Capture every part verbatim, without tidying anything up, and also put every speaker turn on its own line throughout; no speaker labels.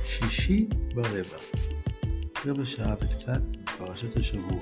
שישי ברבע, רבע שעה וקצת פרשת השבוע.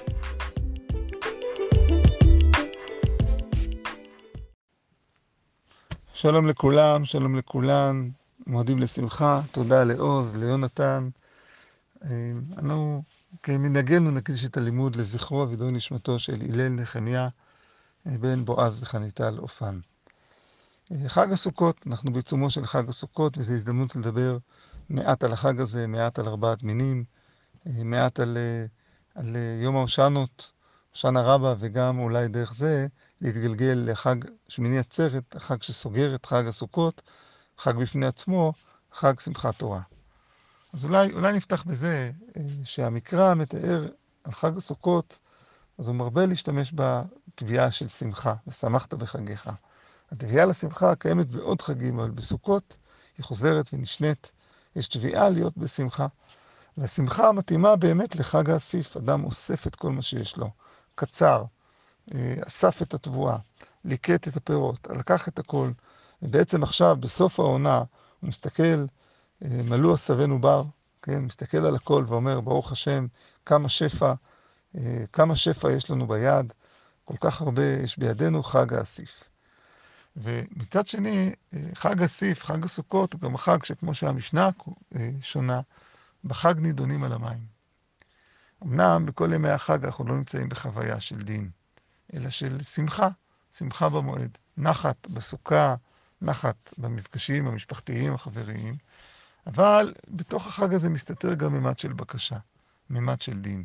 שלום לכולם, שלום לכולן, מועדים לשמחה, תודה לעוז, ליונתן. אנו כמנהגנו נקדיש את הלימוד לזכרו ולעילוי נשמתו של הלל נחמיה בן בועז וחניטל אופן. חג הסוכות, אנחנו בעיצומו של חג הסוכות, וזו הזדמנות לדבר מעט על החג הזה, מעט על ארבעת מינים, מעט על, על יום ההושענות, הושענא רבה, וגם אולי דרך זה להתגלגל לחג שמיני עצרת, החג שסוגר את חג הסוכות, חג בפני עצמו, חג שמחת תורה. אז אולי, אולי נפתח בזה שהמקרא מתאר על חג הסוכות, אז הוא מרבה להשתמש בתביעה של שמחה, ושמחת בחגיך. התביעה לשמחה קיימת בעוד חגים, אבל בסוכות היא חוזרת ונשנית. יש תביעה להיות בשמחה. והשמחה מתאימה באמת לחג האסיף. אדם אוסף את כל מה שיש לו. קצר, אסף את התבואה, ליקט את הפירות, לקח את הכל. ובעצם עכשיו, בסוף העונה, הוא מסתכל, מלוא עשבינו בר, כן? מסתכל על הכל ואומר, ברוך השם, כמה שפע, כמה שפע יש לנו ביד, כל כך הרבה יש בידינו, חג האסיף. ומצד שני, חג האסיף, חג הסוכות, הוא גם חג שכמו שהמשנה שונה, בחג נידונים על המים. אמנם בכל ימי החג אנחנו לא נמצאים בחוויה של דין, אלא של שמחה, שמחה במועד, נחת בסוכה, נחת במפגשים המשפחתיים, החבריים, אבל בתוך החג הזה מסתתר גם ממד של בקשה, ממד של דין.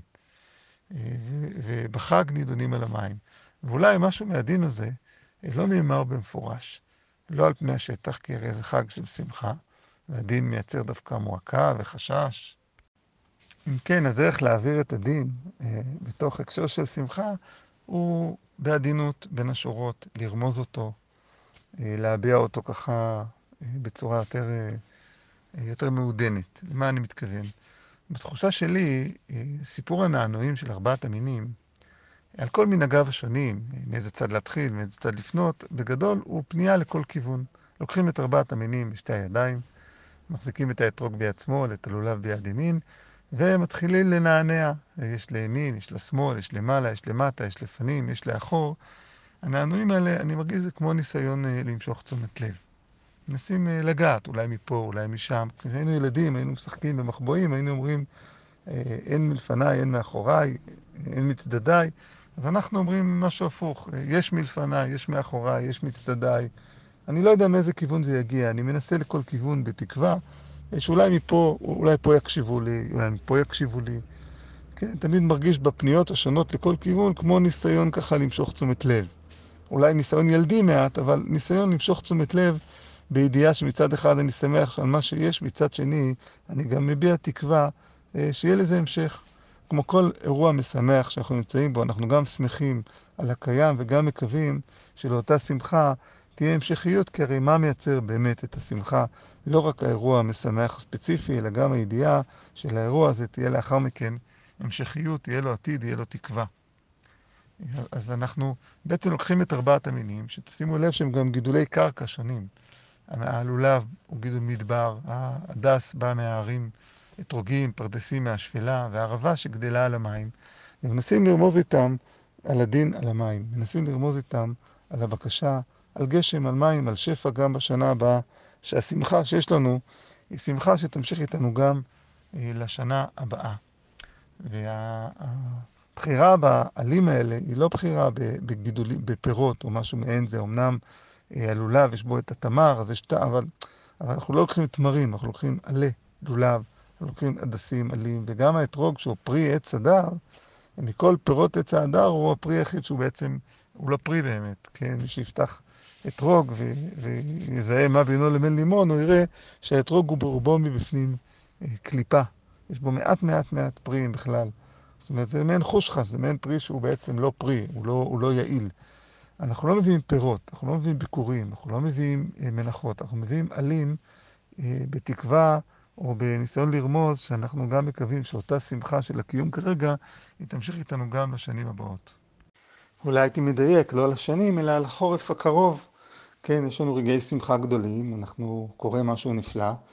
ובחג נידונים על המים. ואולי משהו מהדין הזה לא נאמר במפורש, לא על פני השטח, כי הרי זה חג של שמחה, והדין מייצר דווקא מועקה וחשש. אם כן, הדרך להעביר את הדין בתוך הקשר של שמחה, הוא בעדינות בין השורות, לרמוז אותו, להביע אותו ככה בצורה יותר, יותר מעודנת. למה אני מתכוון? בתחושה שלי, סיפור הנענועים של ארבעת המינים, על כל מנהגיו השונים, מאיזה צד להתחיל, מאיזה צד לפנות, בגדול הוא פנייה לכל כיוון. לוקחים את ארבעת המינים בשתי הידיים, מחזיקים את האתרוג בעצמו, את הלולב ביד ימין, ומתחילים לנענע. יש לימין, יש לשמאל, יש למעלה, יש למטה, יש לפנים, יש לאחור. הנענועים האלה, אני מרגיש זה כמו ניסיון למשוך תשומת לב. מנסים לגעת, אולי מפה, אולי משם. כשהיינו ילדים, היינו משחקים במחבואים, היינו אומרים, אין מלפניי, אין מאחוריי, אין מצדדיי. אז אנחנו אומרים משהו הפוך, יש מלפניי, יש מאחוריי, יש מצדדיי. אני לא יודע מאיזה כיוון זה יגיע, אני מנסה לכל כיוון בתקווה, שאולי מפה, אולי פה יקשיבו לי, אולי מפה יקשיבו לי. כן, תמיד מרגיש בפניות השונות לכל כיוון, כמו ניסיון ככה למשוך תשומת לב. אולי ניסיון ילדי מעט, אבל ניסיון למשוך תשומת לב בידיעה שמצד אחד אני שמח על מה שיש, מצד שני אני גם מביע תקווה שיהיה לזה המשך. כמו כל אירוע משמח שאנחנו נמצאים בו, אנחנו גם שמחים על הקיים וגם מקווים שלאותה שמחה תהיה המשכיות, כי הרי מה מייצר באמת את השמחה? לא רק האירוע המשמח הספציפי, אלא גם הידיעה של האירוע הזה תהיה לאחר מכן המשכיות, תהיה לו עתיד, תהיה לו תקווה. אז אנחנו בעצם לוקחים את ארבעת המינים, שתשימו לב שהם גם גידולי קרקע שונים. הלולב הוא גידול מדבר, הדס בא מהערים, אתרוגים, פרדסים מהשפלה, והערבה שגדלה על המים. ומנסים לרמוז איתם על הדין על המים. מנסים לרמוז איתם על הבקשה, על גשם, על מים, על שפע גם בשנה הבאה, שהשמחה שיש לנו היא שמחה שתמשיך איתנו גם לשנה הבאה. והבחירה בעלים האלה היא לא בחירה בגידולים, בפירות או משהו מעין זה. אמנם הלולב יש בו את התמר, אז יש תא, אבל, אבל אנחנו לא לוקחים תמרים, אנחנו לוקחים עלה, לולב, אנחנו לוקחים עדסים, עלים, וגם האתרוג שהוא פרי עץ הדר, מכל פירות עץ הדר הוא הפרי היחיד שהוא בעצם, הוא לא פרי באמת, כן? מי שיפתח אתרוג ו- ויזהה מה בינו לבין לימון, הוא יראה שהאתרוג הוא ברובו מבפנים אה, קליפה. יש בו מעט מעט מעט פריים בכלל. זאת אומרת, זה מעין חושחש, זה מעין פרי שהוא בעצם לא פרי, הוא לא, הוא לא יעיל. אנחנו לא מביאים פירות, אנחנו לא מביאים ביקורים, אנחנו לא מביאים אה, מנחות, אנחנו מביאים עלים אה, בתקווה או בניסיון לרמוז שאנחנו גם מקווים שאותה שמחה של הקיום כרגע היא תמשיך איתנו גם לשנים הבאות. אולי הייתי מדייק, לא על השנים אלא על החורף הקרוב. כן, יש לנו רגעי שמחה גדולים, אנחנו קוראים משהו נפלא,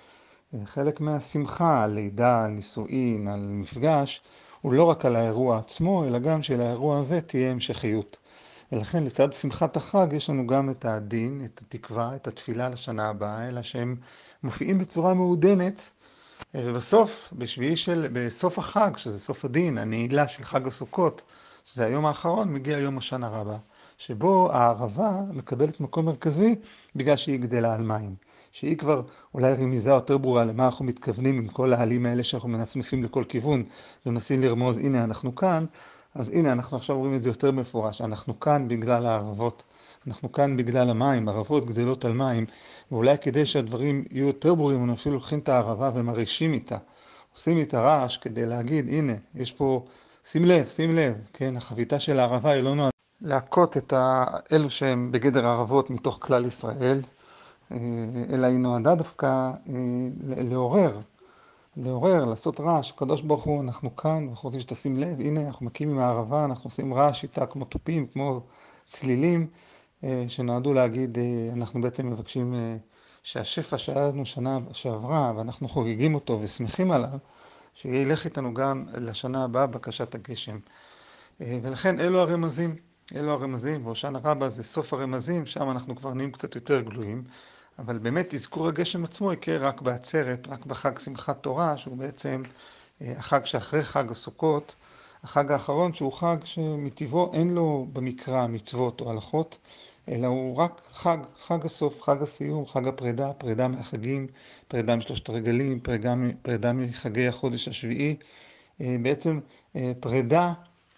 חלק מהשמחה, על לידה, על נישואין, על מפגש, הוא לא רק על האירוע עצמו, אלא גם שלאירוע הזה תהיה המשכיות. ולכן לצד שמחת החג יש לנו גם את הדין, את התקווה, את התפילה לשנה הבאה, אלא שהם מופיעים בצורה מעודנת. ובסוף, בשביעי של, בסוף החג, שזה סוף הדין, הנעילה של חג הסוכות, שזה היום האחרון, מגיע יום השנה רבה, שבו הערבה מקבלת מקום מרכזי בגלל שהיא גדלה על מים. שהיא כבר אולי רמיזה יותר ברורה למה אנחנו מתכוונים עם כל העלים האלה שאנחנו מנפנפים לכל כיוון, ומנסים לרמוז, הנה אנחנו כאן, אז הנה אנחנו עכשיו רואים את זה יותר מפורש, אנחנו כאן בגלל הערבות, אנחנו כאן בגלל המים, ערבות גדלות על מים, ואולי כדי שהדברים יהיו יותר ברורים, אנחנו אפילו לוקחים את הערבה ומרישים איתה, עושים איתה רעש כדי להגיד, הנה, יש פה, שים לב, שים לב, כן, החביתה של הערבה היא לא נועדה להכות את אלו שהם בגדר ערבות מתוך כלל ישראל, אלא היא נועדה דווקא לעורר, לעורר, לעשות רעש. הקדוש ברוך הוא, אנחנו כאן, אנחנו רוצים שתשים לב, הנה אנחנו מקימים הערבה, אנחנו עושים רעש איתה כמו טופים, כמו צלילים, שנועדו להגיד, אנחנו בעצם מבקשים שהשפע שהיה לנו שנה שעברה, ואנחנו חוגגים אותו ושמחים עליו, שילך איתנו גם לשנה הבאה בקשת הגשם. ולכן אלו הרמזים, אלו הרמזים, והושענא רבה זה סוף הרמזים, שם אנחנו כבר נהיים קצת יותר גלויים, אבל באמת אזכור הגשם עצמו יקרה רק בעצרת, רק בחג שמחת תורה, שהוא בעצם החג שאחרי חג הסוכות, החג האחרון שהוא חג שמטבעו אין לו במקרא מצוות או הלכות, אלא הוא רק חג, חג הסוף, חג הסיום, חג הפרידה, פרידה מהחגים, פרידה משלושת הרגלים, פרידה, פרידה מחגי החודש השביעי, בעצם פרידה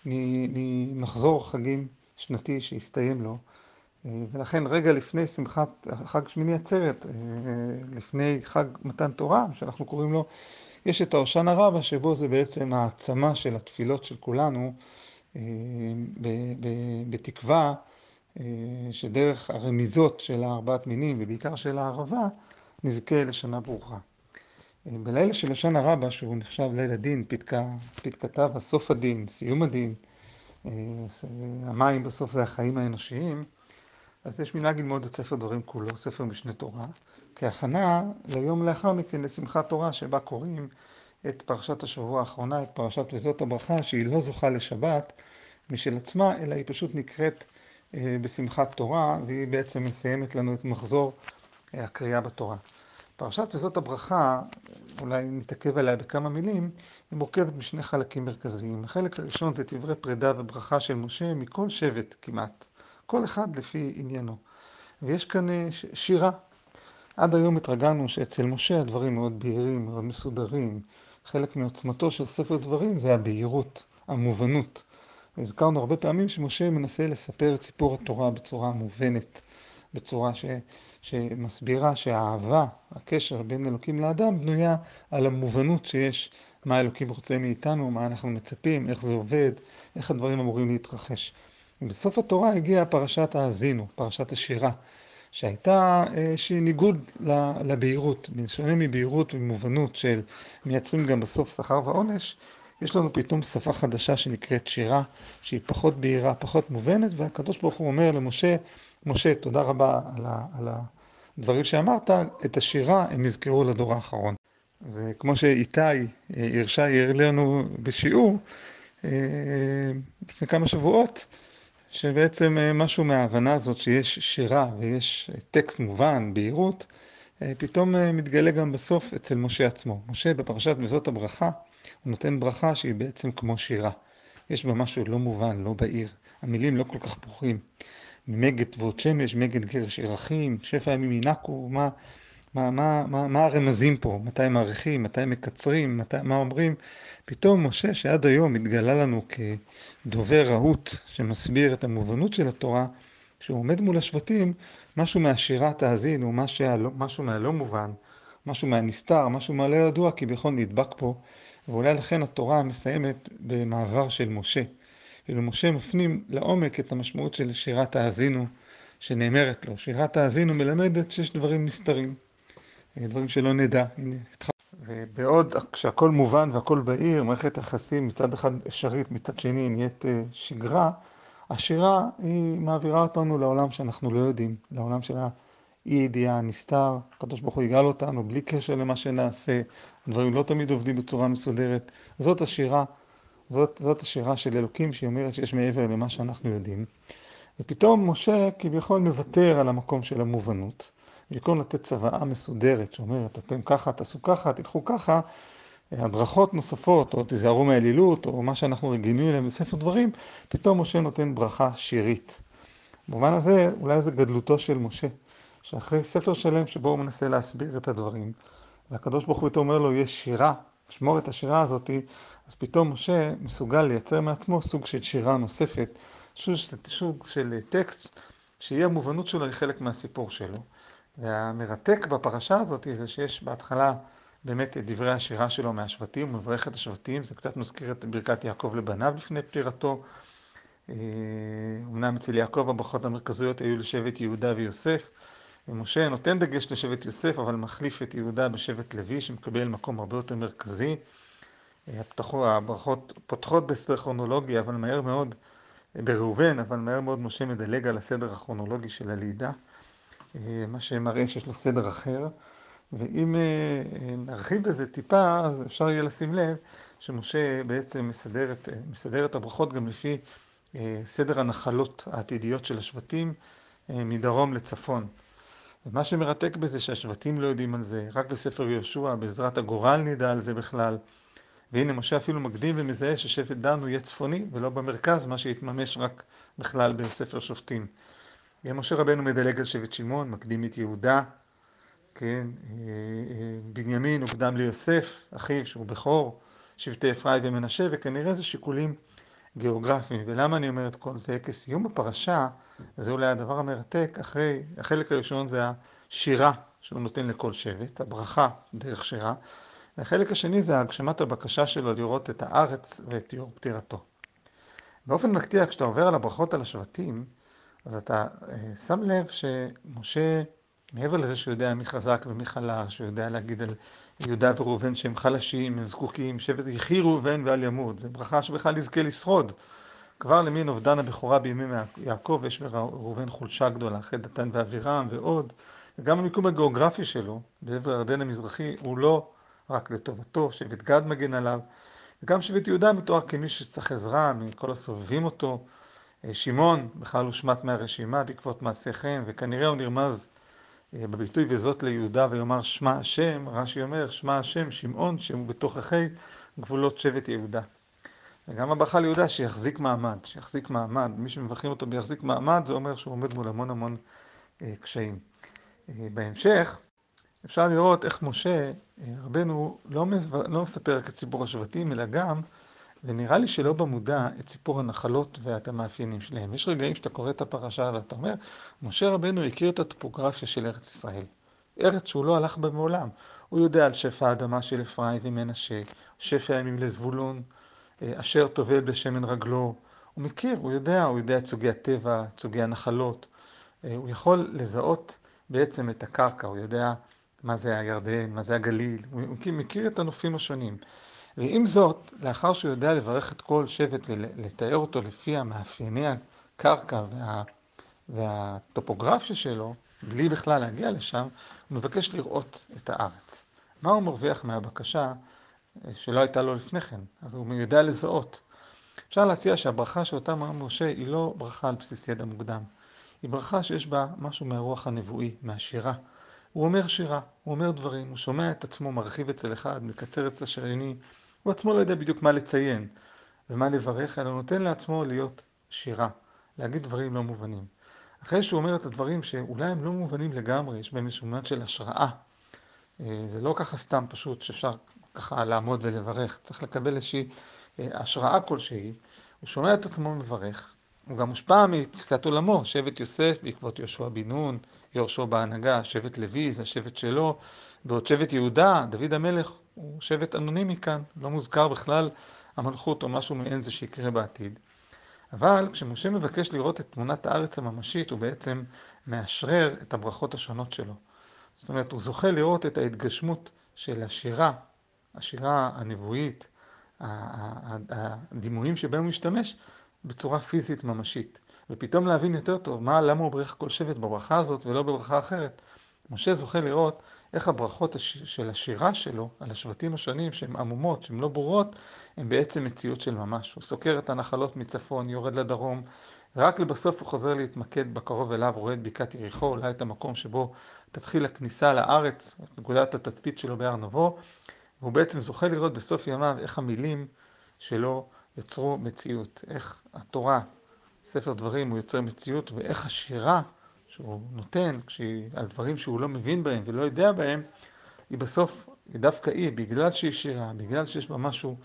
ממחזור חגים שנתי שהסתיים לו, ולכן רגע לפני שמחת חג שמיני עצרת, לפני חג מתן תורה, שאנחנו קוראים לו, יש את ההושענא רבה, שבו זה בעצם העצמה של התפילות של כולנו, בתקווה שדרך הרמיזות של הארבעת מינים, ובעיקר של הערבה, נזכה לשנה ברוכה. בלילה של הושענא רבה, שהוא נחשב ליל הדין, פתקה, פתקתיו הסוף הדין, סיום הדין, המים בסוף זה החיים האנושיים, אז יש מנהג ללמוד את ספר דברים כולו, ספר משנה תורה, כהכנה ליום לאחר מכן לשמחת תורה, שבה קוראים את פרשת השבוע האחרונה, את פרשת וזאת הברכה, שהיא לא זוכה לשבת משל עצמה, אלא היא פשוט נקראת בשמחת תורה, והיא בעצם מסיימת לנו את מחזור הקריאה בתורה. פרשת וזאת הברכה, אולי נתעכב עליה בכמה מילים, היא מורכבת משני חלקים מרכזיים. החלק הראשון זה דברי פרידה וברכה של משה מכל שבט כמעט, כל אחד לפי עניינו. ויש כאן שירה. עד היום התרגלנו שאצל משה הדברים מאוד בהירים, מאוד מסודרים. חלק מעוצמתו של ספר דברים זה הבהירות, המובנות. הזכרנו הרבה פעמים שמשה מנסה לספר את סיפור התורה בצורה מובנת, בצורה ש... שמסבירה שהאהבה, הקשר בין אלוקים לאדם, בנויה על המובנות שיש, מה אלוקים רוצה מאיתנו, מה אנחנו מצפים, איך זה עובד, איך הדברים אמורים להתרחש. בסוף התורה הגיעה פרשת האזינו, פרשת השירה, שהייתה שהיא ניגוד לבהירות, בשונה מבהירות ומובנות של מייצרים גם בסוף שכר ועונש, יש לנו פתאום שפה חדשה שנקראת שירה, שהיא פחות בהירה, פחות מובנת, והקדוש ברוך הוא אומר למשה, משה, תודה רבה על, ה, על הדברים שאמרת, את השירה הם יזכרו לדור האחרון. וכמו שאיתי הרשה יעיר לנו בשיעור, לפני כמה שבועות, שבעצם משהו מההבנה הזאת שיש שירה ויש טקסט מובן, בהירות, פתאום מתגלה גם בסוף אצל משה עצמו. משה בפרשת וזאת הברכה, הוא נותן ברכה שהיא בעצם כמו שירה. יש בה משהו לא מובן, לא בהיר. המילים לא כל כך ברורים. ממגד תבואות שמש, מגד גרש ירחים, שפע ימים ינקו, מה, מה, מה, מה, מה הרמזים פה? מתי מעריכים, מתי מקצרים, מתי, מה אומרים? פתאום משה שעד היום מתגלה לנו כדובר רהוט שמסביר את המובנות של התורה, שהוא עומד מול השבטים, משהו מהשירה תאזינו, משהו מהלא מובן, משהו מהנסתר, משהו מהלא ידוע, כי בכל נדבק פה, ואולי לכן התורה מסיימת במעבר של משה. כאילו משה מפנים לעומק את המשמעות של שירת האזינו שנאמרת לו. שירת האזינו מלמדת שיש דברים נסתרים, דברים שלא נדע. הנה, ובעוד כשהכל מובן והכל בהיר, מערכת יחסים מצד אחד אפשרית, מצד שני נהיית שגרה, השירה היא מעבירה אותנו לעולם שאנחנו לא יודעים, לעולם של אי ידיעה נסתר, הקדוש ברוך הוא יגאל אותנו בלי קשר למה שנעשה, הדברים לא תמיד עובדים בצורה מסודרת. זאת השירה, זאת, זאת השירה של אלוקים שהיא אומרת שיש מעבר למה שאנחנו יודעים. ופתאום משה כביכול מוותר על המקום של המובנות, במקום לתת צוואה מסודרת שאומרת אתם ככה, תעשו ככה, תלכו ככה, הדרכות נוספות, או תיזהרו מהאלילות, או מה שאנחנו רגילים אליהם בספר דברים, פתאום משה נותן ברכה שירית. במובן הזה, אולי זה גדלותו של משה, שאחרי ספר שלם שבו הוא מנסה להסביר את הדברים, והקדוש ברוך הוא פתאום אומר לו, יש שירה, שמור את השירה הזאת, אז פתאום משה מסוגל לייצר מעצמו סוג של שירה נוספת, סוג של, סוג של טקסט, שהיא המובנות שלו, היא חלק מהסיפור שלו. והמרתק בפרשה הזאת זה שיש בהתחלה באמת את דברי השירה שלו מהשבטים, הוא מברך את השבטים, זה קצת מזכיר את ברכת יעקב לבניו לפני פטירתו. אמנם אצל יעקב הברכות המרכזיות היו לשבט יהודה ויוסף, ומשה נותן דגש לשבט יוסף, אבל מחליף את יהודה בשבט לוי, שמקבל מקום הרבה יותר מרכזי. הברכות פותחות בסדר כרונולוגי, אבל מהר מאוד, בראובן, אבל מהר מאוד משה מדלג על הסדר הכרונולוגי של הלידה, מה שמראה שיש לו סדר אחר. ואם נרחיב בזה טיפה, אז אפשר יהיה לשים לב שמשה בעצם מסדר את, מסדר את הברכות גם לפי סדר הנחלות העתידיות של השבטים מדרום לצפון. ומה שמרתק בזה שהשבטים לא יודעים על זה, רק בספר יהושע, בעזרת הגורל נדע על זה בכלל. והנה משה אפילו מקדים ומזהה ששבט דן הוא יהיה צפוני ולא במרכז, מה שהתממש רק בכלל בספר שופטים. משה רבנו מדלג על שבט שמעון, מקדים את יהודה, כן, בנימין הוקדם ליוסף, אחיו שהוא בכור, שבטי אפרים ומנשה, וכנראה זה שיקולים גיאוגרפיים. ולמה אני אומר את כל זה? כסיום בפרשה, זה אולי הדבר המרתק, אחרי, החלק הראשון זה השירה שהוא נותן לכל שבט, הברכה דרך שירה, והחלק השני זה הגשמת הבקשה שלו לראות את הארץ ואת תיאור פטירתו. באופן מקטיע, כשאתה עובר על הברכות על השבטים, אז אתה שם לב שמשה, מעבר לזה שהוא יודע מי חזק ומי חלש, שהוא יודע להגיד על יהודה וראובן שהם חלשים, הם זקוקים, שבט יחי ראובן ואל ימות, זה ברכה שבכלל יזכה לשרוד. כבר למין אובדן הבכורה בימי יעקב, יש לראובן חולשה גדולה, אחרי דתן ואבירם ועוד. וגם המיקום הגיאוגרפי שלו, בעבר הירדן המזרחי, הוא לא רק לטובתו, שבט גד מגן עליו, וגם שבט יהודה מתואר כמי שצריך עזרה מכל הסובבים אותו. שמעון בכלל הושמט מהרשימה בעקבות מעשיכם, וכנראה הוא נרמז בביטוי וזאת ליהודה ויאמר שמע השם, רש"י אומר שמע השם שמעון שהוא בתוככי גבולות שבט יהודה. וגם הברכה ליהודה שיחזיק מעמד, שיחזיק מעמד, מי שמברכים אותו ביחזיק מעמד זה אומר שהוא עומד מול המון המון אה, קשיים. אה, בהמשך אפשר לראות איך משה אה, רבנו לא, לא מספר רק את סיפור השבטים אלא גם, ונראה לי שלא במודע, את סיפור הנחלות ואת המאפיינים שלהם. יש רגעים שאתה קורא את הפרשה ואתה אומר, משה רבנו הכיר את הטופוגרפיה של ארץ ישראל. ארץ שהוא לא הלך בה מעולם. הוא יודע על שפע האדמה של אפרים ומנשה, שפע הימים לזבולון, אשר טובל בשמן רגלו. הוא מכיר, הוא יודע, הוא יודע את סוגי הטבע, את סוגי הנחלות. הוא יכול לזהות בעצם את הקרקע, הוא יודע מה זה הירדן, מה זה הגליל, הוא מכיר את הנופים השונים. ועם זאת, לאחר שהוא יודע לברך את כל שבט ולתאר אותו לפי המאפייני הקרקע וה, והטופוגרפיה שלו, בלי בכלל להגיע לשם, הוא מבקש לראות את הארץ. מה הוא מרוויח מהבקשה שלא הייתה לו לפני כן? אבל הוא יודע לזהות. אפשר להציע שהברכה שאותה אמר משה היא לא ברכה על בסיס ידע מוקדם. היא ברכה שיש בה משהו מהרוח הנבואי, מהשירה. הוא אומר שירה, הוא אומר דברים, הוא שומע את עצמו, מרחיב אצל אחד, מקצר אצל השני, הוא עצמו לא יודע בדיוק מה לציין ומה לברך, אלא נותן לעצמו להיות שירה, להגיד דברים לא מובנים. אחרי שהוא אומר את הדברים שאולי הם לא מובנים לגמרי, יש בהם איזשהו מעט של השראה. זה לא ככה סתם פשוט שאפשר ככה לעמוד ולברך, צריך לקבל איזושהי השראה כלשהי. הוא שומע את עצמו מברך, הוא גם מושפע מתפיסת עולמו, שבט יוסף בעקבות יהושע בן נון, יורשו בהנהגה, שבט לוי זה השבט שלו, בעוד שבט יהודה, דוד המלך, הוא שבט אנונימי כאן, לא מוזכר בכלל המלכות או משהו מעין זה שיקרה בעתיד. אבל כשמשה מבקש לראות את תמונת הארץ הממשית, הוא בעצם מאשרר את הברכות השונות שלו. זאת אומרת, הוא זוכה לראות את ההתגשמות של השירה, השירה הנבואית, הדימויים שבהם הוא משתמש בצורה פיזית ממשית. ופתאום להבין יותר טוב מה, למה הוא ברך כל שבט בברכה הזאת ולא בברכה אחרת. משה זוכה לראות איך הברכות של השירה שלו על השבטים השונים שהן עמומות, שהן לא ברורות, הן בעצם מציאות של ממש. הוא סוקר את הנחלות מצפון, יורד לדרום, ורק לבסוף הוא חוזר להתמקד בקרוב אליו, רואה את בקעת יריחו, אולי את המקום שבו תתחיל הכניסה לארץ, את נקודת התצפית שלו בהר נבו, והוא בעצם זוכה לראות בסוף ימיו איך המילים שלו יצרו מציאות, איך התורה, ספר דברים, הוא יוצר מציאות, ואיך השירה שהוא נותן, כשהיא על דברים שהוא לא מבין בהם ולא יודע בהם, היא בסוף, היא דווקא היא, בגלל שהיא שירה, בגלל שיש בה משהו,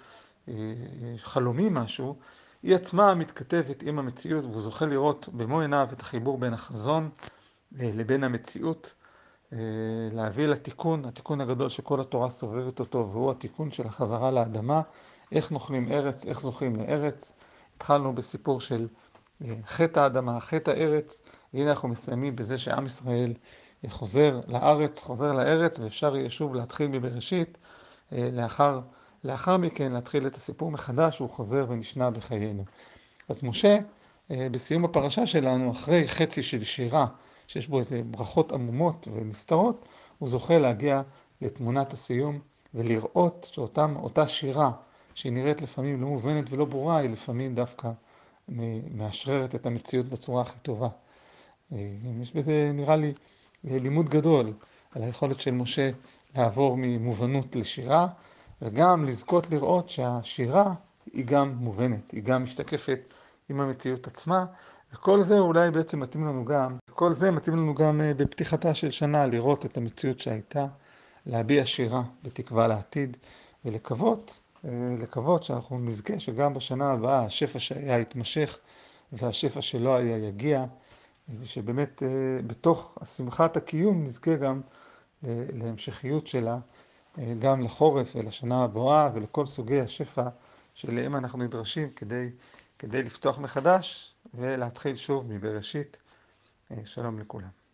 חלומי משהו, היא עצמה מתכתבת עם המציאות, והוא זוכה לראות במו עיניו את החיבור בין החזון לבין המציאות, להביא לתיקון, התיקון הגדול שכל התורה סובבת אותו, והוא התיקון של החזרה לאדמה, איך נוחלים ארץ, איך זוכים לארץ. התחלנו בסיפור של חטא האדמה, חטא הארץ, והנה אנחנו מסיימים בזה שעם ישראל חוזר לארץ, חוזר לארץ, ואפשר יהיה שוב להתחיל מבראשית, לאחר, לאחר מכן להתחיל את הסיפור מחדש, הוא חוזר ונשנה בחיינו. אז משה, בסיום הפרשה שלנו, אחרי חצי של שירה, שיש בו איזה ברכות עמומות ונסתרות, הוא זוכה להגיע לתמונת הסיום, ולראות שאותם, אותה שירה, שהיא נראית לפעמים לא מובנת ולא ברורה, היא לפעמים דווקא מאשררת את המציאות בצורה הכי טובה. יש בזה, נראה לי, לימוד גדול על היכולת של משה לעבור ממובנות לשירה, וגם לזכות לראות שהשירה היא גם מובנת, היא גם משתקפת עם המציאות עצמה, וכל זה אולי בעצם מתאים לנו גם, כל זה מתאים לנו גם בפתיחתה של שנה, לראות את המציאות שהייתה, להביע שירה בתקווה לעתיד, ולקוות, לקוות שאנחנו נזכה שגם בשנה הבאה השפע שהיה יתמשך, והשפע שלא היה יגיע, ושבאמת בתוך שמחת הקיום נזכה גם להמשכיות שלה, גם לחורף ולשנה הבאה ולכל סוגי השפע שלהם אנחנו נדרשים כדי, כדי לפתוח מחדש ולהתחיל שוב מבראשית. שלום לכולם.